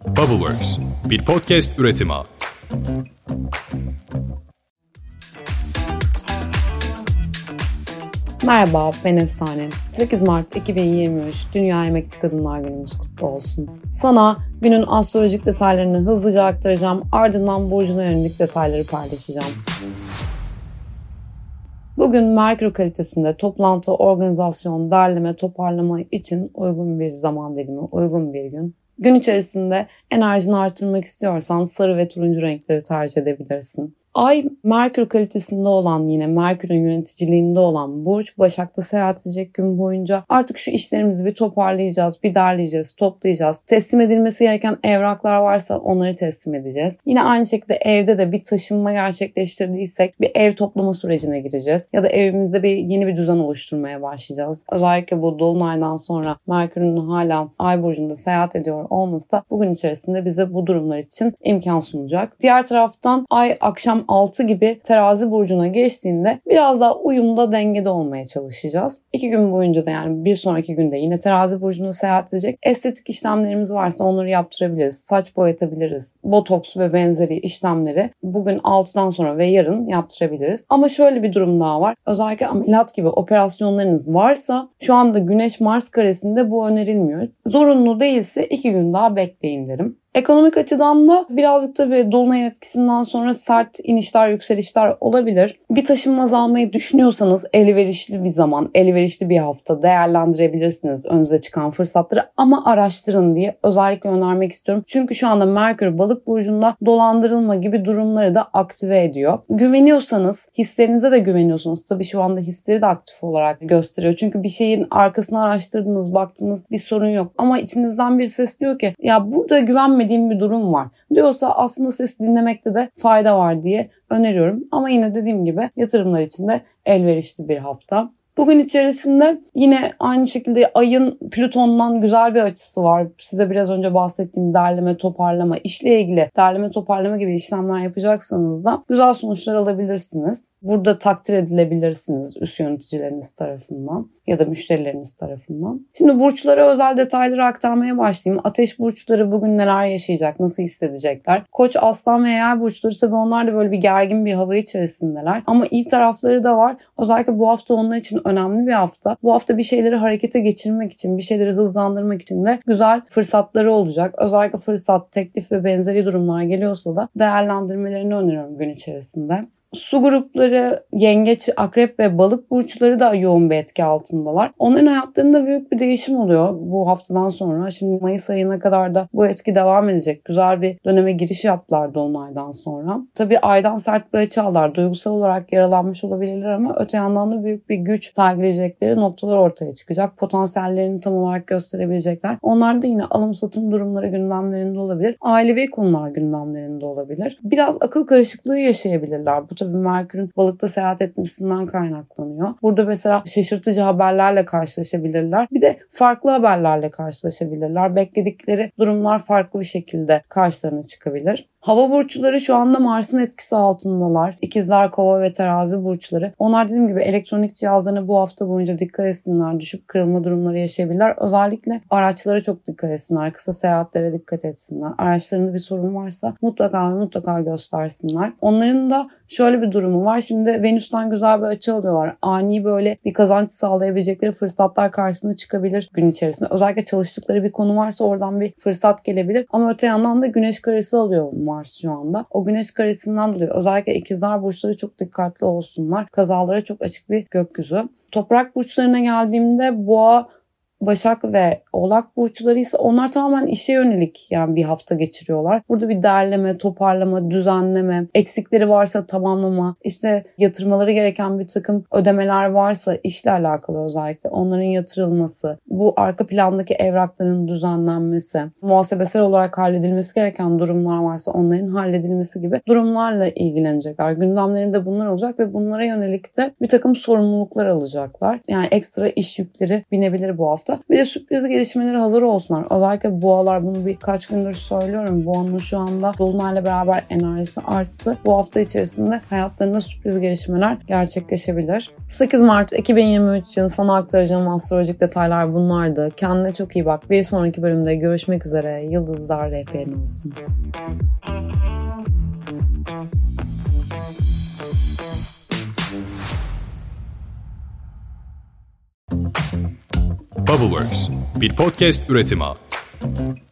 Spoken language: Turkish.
Bubbleworks, bir podcast üretimi. Merhaba, ben Efsane. 8 Mart 2023 Dünya Emekçi Kadınlar Günümüz kutlu olsun. Sana günün astrolojik detaylarını hızlıca aktaracağım, ardından burcuna yönelik detayları paylaşacağım. Bugün Merkür kalitesinde toplantı, organizasyon, derleme, toparlama için uygun bir zaman dilimi, uygun bir gün. Gün içerisinde enerjini artırmak istiyorsan sarı ve turuncu renkleri tercih edebilirsin. Ay Merkür kalitesinde olan, yine Merkür'ün yöneticiliğinde olan burç Başak'ta seyahat edecek gün boyunca. Artık şu işlerimizi bir toparlayacağız, bir derleyeceğiz, toplayacağız. Teslim edilmesi gereken evraklar varsa onları teslim edeceğiz. Yine aynı şekilde evde de bir taşınma gerçekleştirdiysek bir ev toplama sürecine gireceğiz. Ya da evimizde yeni bir düzen oluşturmaya başlayacağız. Özellikle bu dolunaydan sonra Merkür'ün hala Ay burcunda seyahat ediyor olması da bugün içerisinde bize bu durumlar için imkan sunacak. Diğer taraftan Ay akşam 6 gibi Terazi burcuna geçtiğinde biraz daha uyumda, dengede olmaya çalışacağız. 2 gün boyunca da, yani bir sonraki günde yine Terazi burcuna seyahat edecek. Estetik işlemlerimiz varsa onları yaptırabiliriz. Saç boyatabiliriz. Botoks ve benzeri işlemleri bugün 6'dan sonra ve yarın yaptırabiliriz. Ama şöyle bir durum daha var. Özellikle ameliyat gibi operasyonlarınız varsa şu anda Güneş-Mars karesinde bu önerilmiyor. Zorunlu değilse 2 gün daha bekleyin derim. Ekonomik açıdan da birazcık tabii dolunay etkisinden sonra sert inişler, yükselişler olabilir. Bir taşınmaz almayı düşünüyorsanız elverişli bir zaman, elverişli bir hafta değerlendirebilirsiniz önünüze çıkan fırsatları, ama araştırın diye özellikle önermek istiyorum. Çünkü şu anda Merkür Balık burcunda dolandırılma gibi durumları da aktive ediyor. Güveniyorsanız, hislerinize de güveniyorsunuz. Tabii şu anda hisleri de aktif olarak gösteriyor. Çünkü bir şeyin arkasını araştırdınız, baktınız, bir sorun yok. Ama içinizden bir ses diyor ki ya burada güvenmediğim bir durum var diyorsa aslında sesi dinlemekte de fayda var diye öneriyorum. Ama yine dediğim gibi yatırımlar için de elverişli bir hafta. Bugün içerisinde yine aynı şekilde Ay'ın Plüton'dan güzel bir açısı var. Size biraz önce bahsettiğim derleme, toparlama, işle ilgili derleme, toparlama gibi işlemler yapacaksanız da güzel sonuçlar alabilirsiniz. Burada takdir edilebilirsiniz üst yöneticileriniz tarafından ya da müşterileriniz tarafından. Şimdi burçlara özel detayları aktarmaya başlayayım. Ateş burçları bugün neler yaşayacak, nasıl hissedecekler? Koç, Aslan ve Yay burçları tabii onlar da böyle bir gergin bir hava içerisindeler. Ama iyi tarafları da var. Özellikle bu hafta onlar için önemli bir hafta. Bu hafta bir şeyleri harekete geçirmek için, bir şeyleri hızlandırmak için de güzel fırsatları olacak. Özellikle fırsat, teklif ve benzeri durumlar geliyorsa da değerlendirmelerini öneriyorum gün içerisinde. Su grupları, Yengeç, Akrep ve Balık burçları da yoğun bir etki altındalar. Onların hayatlarında büyük bir değişim oluyor bu haftadan sonra. Şimdi Mayıs ayına kadar da bu etki devam edecek. Güzel bir döneme giriş yaptılar dolunaydan sonra. Tabii Ay'dan sert bir açı aldılar. Duygusal olarak yaralanmış olabilirler ama öte yandan da büyük bir güç sergileyecekleri noktalar ortaya çıkacak. Potansiyellerini tam olarak gösterebilecekler. Onlar da yine alım satım durumları gündemlerinde olabilir. Ailevi konular gündemlerinde olabilir. Biraz akıl karışıklığı yaşayabilirler. Bu tabii Merkür'ün Balık'ta seyahat etmesinden kaynaklanıyor. Burada mesela şaşırtıcı haberlerle karşılaşabilirler. Bir de farklı haberlerle karşılaşabilirler. Bekledikleri durumlar farklı bir şekilde karşılarına çıkabilir. Hava burçları şu anda Mars'ın etkisi altındalar. İkizler, Kova ve Terazi burçları. Onlar dediğim gibi elektronik cihazlarına bu hafta boyunca dikkat etsinler. Düşüp kırılma durumları yaşayabilirler. Özellikle araçlara çok dikkat etsinler. Kısa seyahatlere dikkat etsinler. Araçlarında bir sorun varsa mutlaka göstersinler. Onların da şöyle bir durumu var. Şimdi Venüs'ten güzel bir açı alıyorlar. Ani böyle bir kazanç sağlayabilecekleri fırsatlar karşısına çıkabilir gün içerisinde. Özellikle çalıştıkları bir konu varsa oradan bir fırsat gelebilir. Ama öte yandan da Güneş karesi alıyor Mars şu anda. O Güneş karesinden dolayı özellikle ikizler burçları çok dikkatli olsunlar. Kazalara çok açık bir gökyüzü. Toprak burçlarına geldiğimde Boğa, Başak ve Oğlak burçları ise onlar tamamen işe yönelik yani bir hafta geçiriyorlar. Burada bir derleme, toparlama, düzenleme, eksikleri varsa tamamlama, işte yatırmaları gereken bir takım ödemeler varsa işle alakalı özellikle onların yatırılması, bu arka plandaki evrakların düzenlenmesi, muhasebesel olarak halledilmesi gereken durumlar varsa onların halledilmesi gibi durumlarla ilgilenecekler. Gündemlerinde bunlar olacak ve bunlara yönelik de bir takım sorumluluklar alacaklar. Yani ekstra iş yükleri binebilir bu hafta. hafta. Bir de sürpriz gelişmeleri hazır olsunlar. Özellikle boğalar, bunu birkaç gündür söylüyorum. Boğanın şu anda dolunayla beraber enerjisi arttı. Bu hafta içerisinde hayatlarında sürpriz gelişmeler gerçekleşebilir. 8 Mart 2023 için sana aktaracağım astrolojik detaylar bunlardı. Kendine çok iyi bak. Bir sonraki bölümde görüşmek üzere. Yıldızlar rehberin olsun. Bubbleworks bir podcast üretimi.